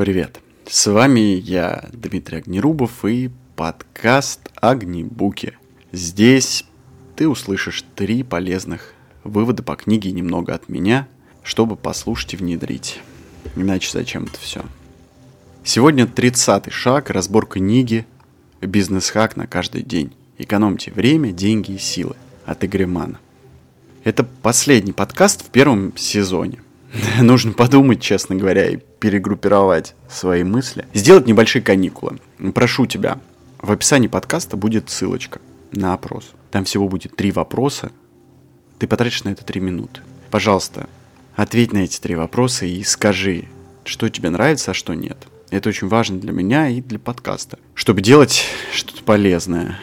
Привет, с вами я, Дмитрий Огнерубов, и подкаст «Огнибуки». Здесь ты услышишь 3 полезных вывода по книге и немного от меня, чтобы послушать и внедрить. Иначе зачем это все? Сегодня 30-й шаг, разбор книги «Бизнес-хак на каждый день. Экономьте время, деньги и силы» от Игоря Манна. Это последний подкаст в первом сезоне. Нужно подумать, честно говоря, и перегруппировать свои мысли. Сделать небольшие каникулы. Прошу тебя, в описании подкаста будет ссылочка на опрос. Там всего будет 3 вопроса. Ты потратишь на это 3 минуты. Пожалуйста, ответь на эти 3 вопроса и скажи, что тебе нравится, а что нет. Это очень важно для меня и для подкаста, чтобы делать что-то полезное.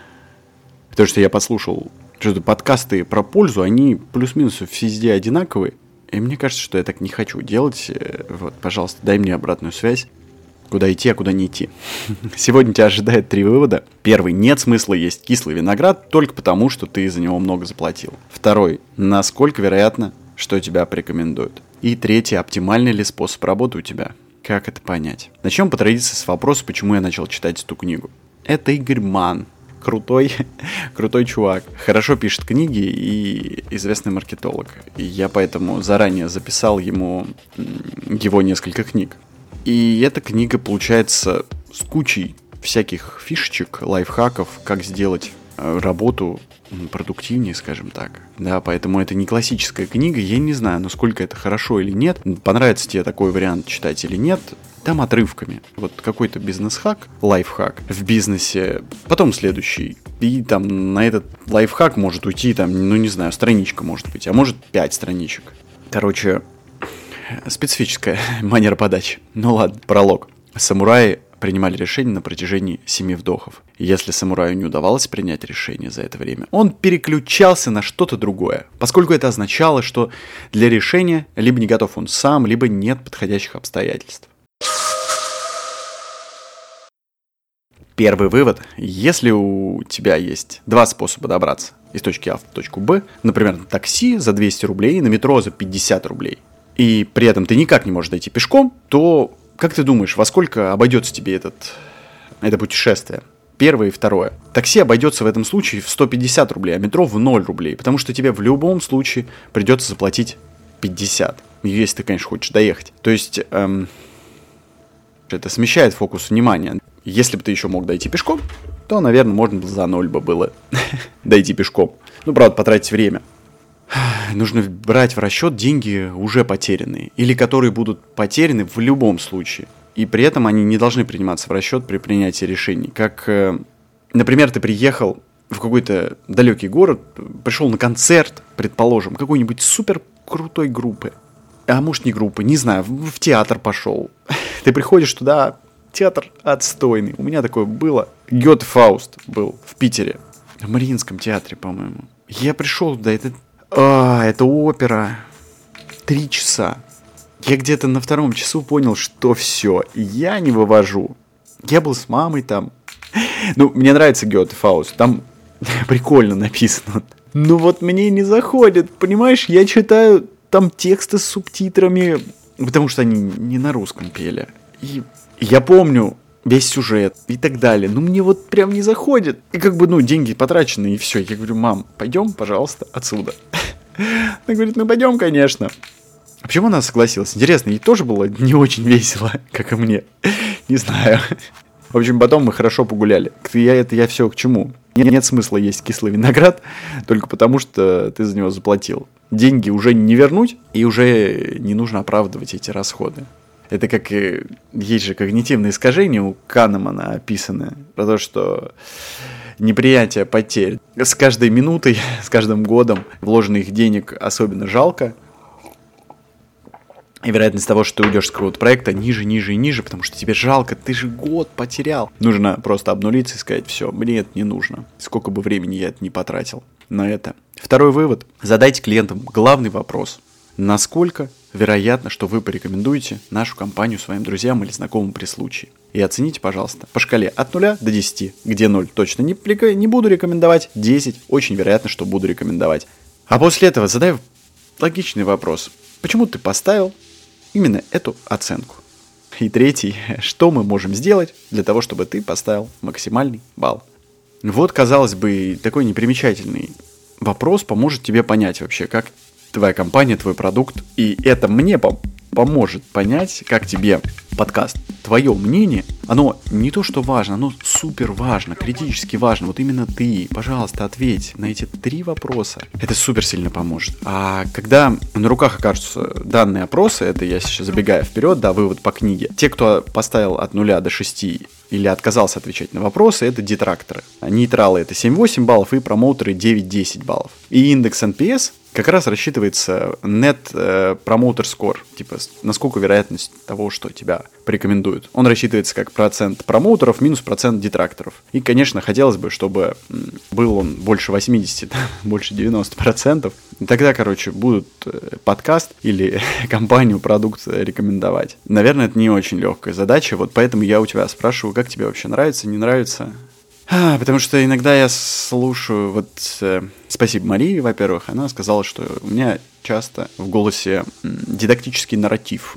Потому что я послушал, что подкасты про пользу, они плюс-минус везде одинаковые. И мне кажется, что я так не хочу делать. Вот, пожалуйста, дай мне обратную связь. Куда идти, а куда не идти. Сегодня тебя ожидает 3 вывода. Первый. Нет смысла есть кислый виноград только потому, что ты за него много заплатил. Второй. Насколько вероятно, что тебя порекомендуют. И третий. Оптимальный ли способ работы у тебя? Как это понять? Начнем по традиции с вопроса, почему я начал читать эту книгу. Это Игорь Манн. Крутой чувак. Хорошо пишет книги и известный маркетолог. И я поэтому заранее записал ему его несколько книг. И эта книга получается с кучей всяких фишечек, лайфхаков, как сделать работу продуктивнее, скажем так. Да, поэтому это не классическая книга. Я не знаю, насколько это хорошо или нет. Понравится тебе такой вариант читать или нет. Там отрывками. Вот какой-то бизнес-хак, лайфхак в бизнесе, потом следующий. И там на этот лайфхак может уйти, там, ну не знаю, страничка может быть, а может 5 страничек. Короче, специфическая манера подачи. Ну ладно, пролог. Самураи принимали решения на протяжении 7 вдохов. И если самураю не удавалось принять решение за это время, он переключался на что-то другое, поскольку это означало, что для решения либо не готов он сам, либо нет подходящих обстоятельств. Первый вывод. Если у тебя есть 2 способа добраться из точки А в точку Б, например, на такси за 200 рублей, на метро за 50 рублей, и при этом ты никак не можешь дойти пешком, то как ты думаешь, во сколько обойдется тебе это путешествие? Первое и второе. Такси обойдется в этом случае в 150 рублей, а метро в 0 рублей, потому что тебе в любом случае придется заплатить 50, если ты, конечно, хочешь доехать. То есть это смещает фокус внимания. Если бы ты еще мог дойти пешком, то, наверное, можно было за 0 бы было дойти пешком. Ну, правда, потратить время. Нужно брать в расчет деньги уже потерянные, или которые будут потеряны в любом случае. И при этом они не должны приниматься в расчет при принятии решений. Как, например, ты приехал в какой-то далекий город, пришел на концерт, предположим, какой-нибудь супер крутой группы. А может, не группы, не знаю, в театр пошел. Ты приходишь туда, театр отстойный. У меня такое было. Гёте Фауст был в Питере. В Мариинском театре, по-моему. Я пришел туда, это опера. 3 часа. Я где-то на 2 часу понял, что все, я не вывожу. Я был с мамой там. Ну, мне нравится Гёте Фауст. Там прикольно написано. Но вот мне не заходит, понимаешь? Я читаю там тексты с субтитрами, потому что они не на русском пели. И я помню весь сюжет и так далее. Но мне вот прям не заходит. И как бы, деньги потрачены, и все. Я говорю, мам, пойдем, пожалуйста, отсюда. Она говорит, пойдем, конечно. Почему она согласилась? Интересно, ей тоже было не очень весело, как и мне. Не знаю. В общем, потом мы хорошо погуляли. Я все к чему? Нет смысла есть кислый виноград, только потому что ты за него заплатил. Деньги уже не вернуть, и уже не нужно оправдывать эти расходы. Это как есть же когнитивные искажения у Канемана описаны, про то, что неприятие потерь. С каждой минутой, с каждым годом вложенных денег особенно жалко. И вероятность того, что ты уйдешь с какого-то проекта ниже, ниже и ниже, потому что тебе жалко, ты же год потерял. Нужно просто обнулиться и сказать, все, мне это не нужно. Сколько бы времени я это не потратил на это. Второй вывод. Задайте клиентам главный вопрос. Насколько вероятно, что вы порекомендуете нашу компанию своим друзьям или знакомым при случае? И оцените, пожалуйста, по шкале от 0 до 10, где 0 точно не буду рекомендовать, 10 очень вероятно, что буду рекомендовать. А после этого задай логичный вопрос. Почему ты поставил именно эту оценку? И третий, что мы можем сделать для того, чтобы ты поставил максимальный балл. Вот, казалось бы, такой непримечательный вопрос поможет тебе понять вообще, как твоя компания, твой продукт. И это мне поможет понять, как тебе подкаст. Твое мнение, оно не то что важно, оно супер важно, критически важно. Вот именно ты, пожалуйста, ответь на эти 3 вопроса. Это супер сильно поможет. А когда на руках окажутся данные опросы, это я сейчас забегаю вперед, да, вывод по книге. Те, кто поставил от 0 до 6 или отказался отвечать на вопросы, это детракторы. Нейтралы это 7-8 баллов и промоутеры 9-10 баллов. И индекс NPS как раз рассчитывается Net Promoter Score, типа насколько вероятность того, что тебя порекомендуют. Он рассчитывается как процент промоутеров минус процент детракторов. И, конечно, хотелось бы, чтобы был он больше 80, больше 90%. И тогда, будут подкаст или компанию, продукт рекомендовать. Наверное, это не очень легкая задача, вот поэтому я у тебя спрашиваю, как тебе вообще нравится, не нравится? Потому что иногда я слушаю, спасибо Марии, во-первых, она сказала, что у меня часто в голосе дидактический нарратив.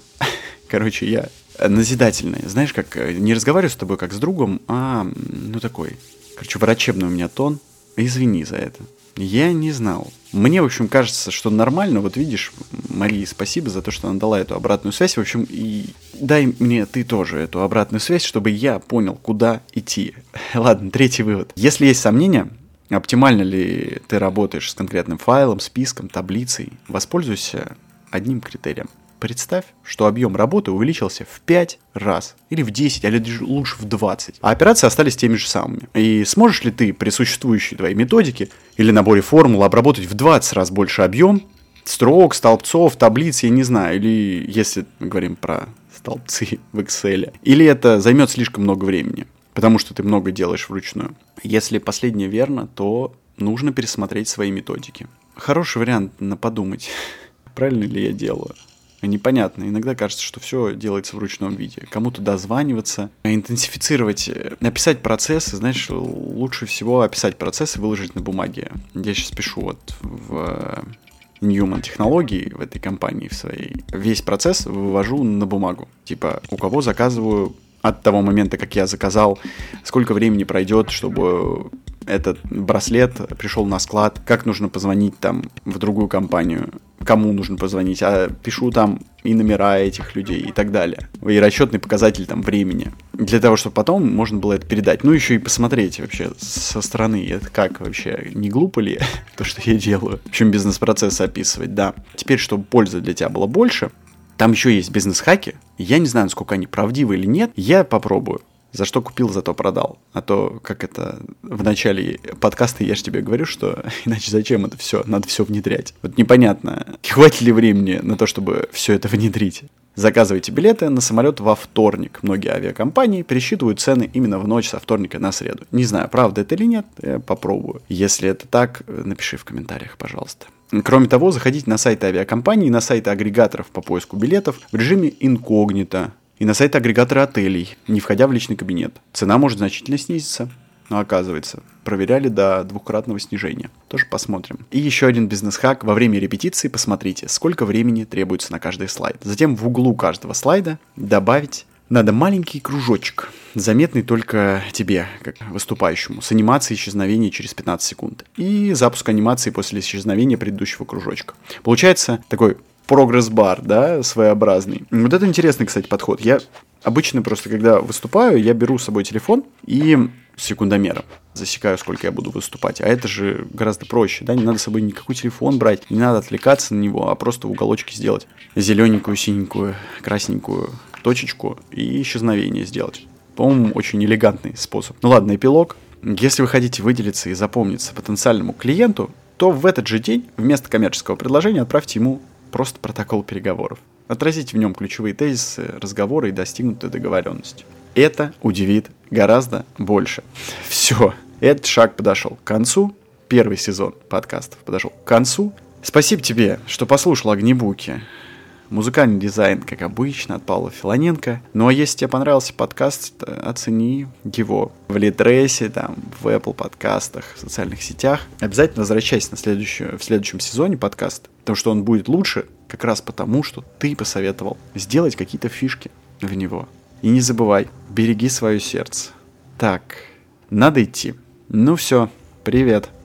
Я назидательный. Знаешь, как не разговариваю с тобой как с другом, а такой, врачебный у меня тон. Извини за это. Я не знал. Мне, в общем, кажется, что нормально. Вот видишь, Марии, спасибо за то, что она дала эту обратную связь. В общем, и дай мне ты тоже эту обратную связь, чтобы я понял, куда идти. Ладно, 3-й вывод. Если есть сомнения, оптимально ли ты работаешь с конкретным файлом, списком, таблицей, воспользуйся одним критерием. Представь, что объем работы увеличился в 5 раз, или в 10, или лучше в 20, а операции остались теми же самыми. И сможешь ли ты при существующей твоей методике или наборе формул обработать в 20 раз больше объем строк, столбцов, таблиц, я не знаю, или если мы говорим про столбцы в Excel, или это займет слишком много времени, потому что ты много делаешь вручную. Если последнее верно, то нужно пересмотреть свои методики. Хороший вариант на подумать, правильно ли я делаю. Непонятно. Иногда кажется, что все делается в ручном виде. Кому-то дозваниваться, интенсифицировать, описать процессы. Знаешь, лучше всего описать процессы, выложить на бумаге. Я сейчас пишу в Newman технологии в этой компании в своей. Весь процесс вывожу на бумагу. Типа, у кого заказываю от того момента, как я заказал, сколько времени пройдет, чтобы этот браслет пришел на склад, как нужно позвонить там в другую компанию, кому нужно позвонить, а пишу там и номера этих людей и так далее. И расчетный показатель там времени. Для того, чтобы потом можно было это передать. Ну, еще и посмотреть вообще со стороны, это как вообще, не глупо ли то, что я делаю? В общем, бизнес-процессы описывать, да. Теперь, чтобы пользы для тебя было больше, там еще есть бизнес-хаки. Я не знаю, насколько они правдивы или нет. Я попробую. За что купил, зато продал. А то, как это в начале подкаста, я же тебе говорю, что иначе зачем это все? Надо все внедрять. Вот непонятно, хватит ли времени на то, чтобы все это внедрить. Заказывайте билеты на самолет во вторник. Многие авиакомпании пересчитывают цены именно в ночь со вторника на среду. Не знаю, правда это или нет, я попробую. Если это так, напиши в комментариях, пожалуйста. Кроме того, заходите на сайты авиакомпаний, на сайты агрегаторов по поиску билетов в режиме инкогнито. И на сайты агрегатора отелей, не входя в личный кабинет. Цена может значительно снизиться. Но оказывается, проверяли до 2-кратного снижения. Тоже посмотрим. И еще один бизнес-хак. Во время репетиции посмотрите, сколько времени требуется на каждый слайд. Затем в углу каждого слайда добавить надо маленький кружочек, заметный только тебе, как выступающему, с анимацией исчезновения через 15 секунд. И запуск анимации после исчезновения предыдущего кружочка. Получается такой прогресс-бар, да, своеобразный. Вот это интересный, кстати, подход. Я обычно просто, когда выступаю, я беру с собой телефон и секундомером засекаю, сколько я буду выступать. А это же гораздо проще, да, не надо с собой никакой телефон брать, не надо отвлекаться на него, а просто в уголочке сделать зелененькую, синенькую, красненькую точечку и исчезновение сделать. По-моему, очень элегантный способ. Ну ладно, эпилог. Если вы хотите выделиться и запомниться потенциальному клиенту, то в этот же день вместо коммерческого предложения отправьте ему просто протокол переговоров. Отразите в нем ключевые тезисы разговора и достигнутую договоренность. Это удивит гораздо больше. Все, этот шаг подошел к концу. Первый сезон подкастов подошел к концу. Спасибо тебе, что послушал Огнебуки. Музыкальный дизайн, как обычно, от Павла Филоненко. Ну а если тебе понравился подкаст, оцени его в Литресе, там, в Apple подкастах, в социальных сетях. Обязательно возвращайся в следующем сезоне подкаста, потому что он будет лучше как раз потому, что ты посоветовал сделать какие-то фишки. в него. И не забывай, береги свое сердце. Так, надо идти. Ну все, привет.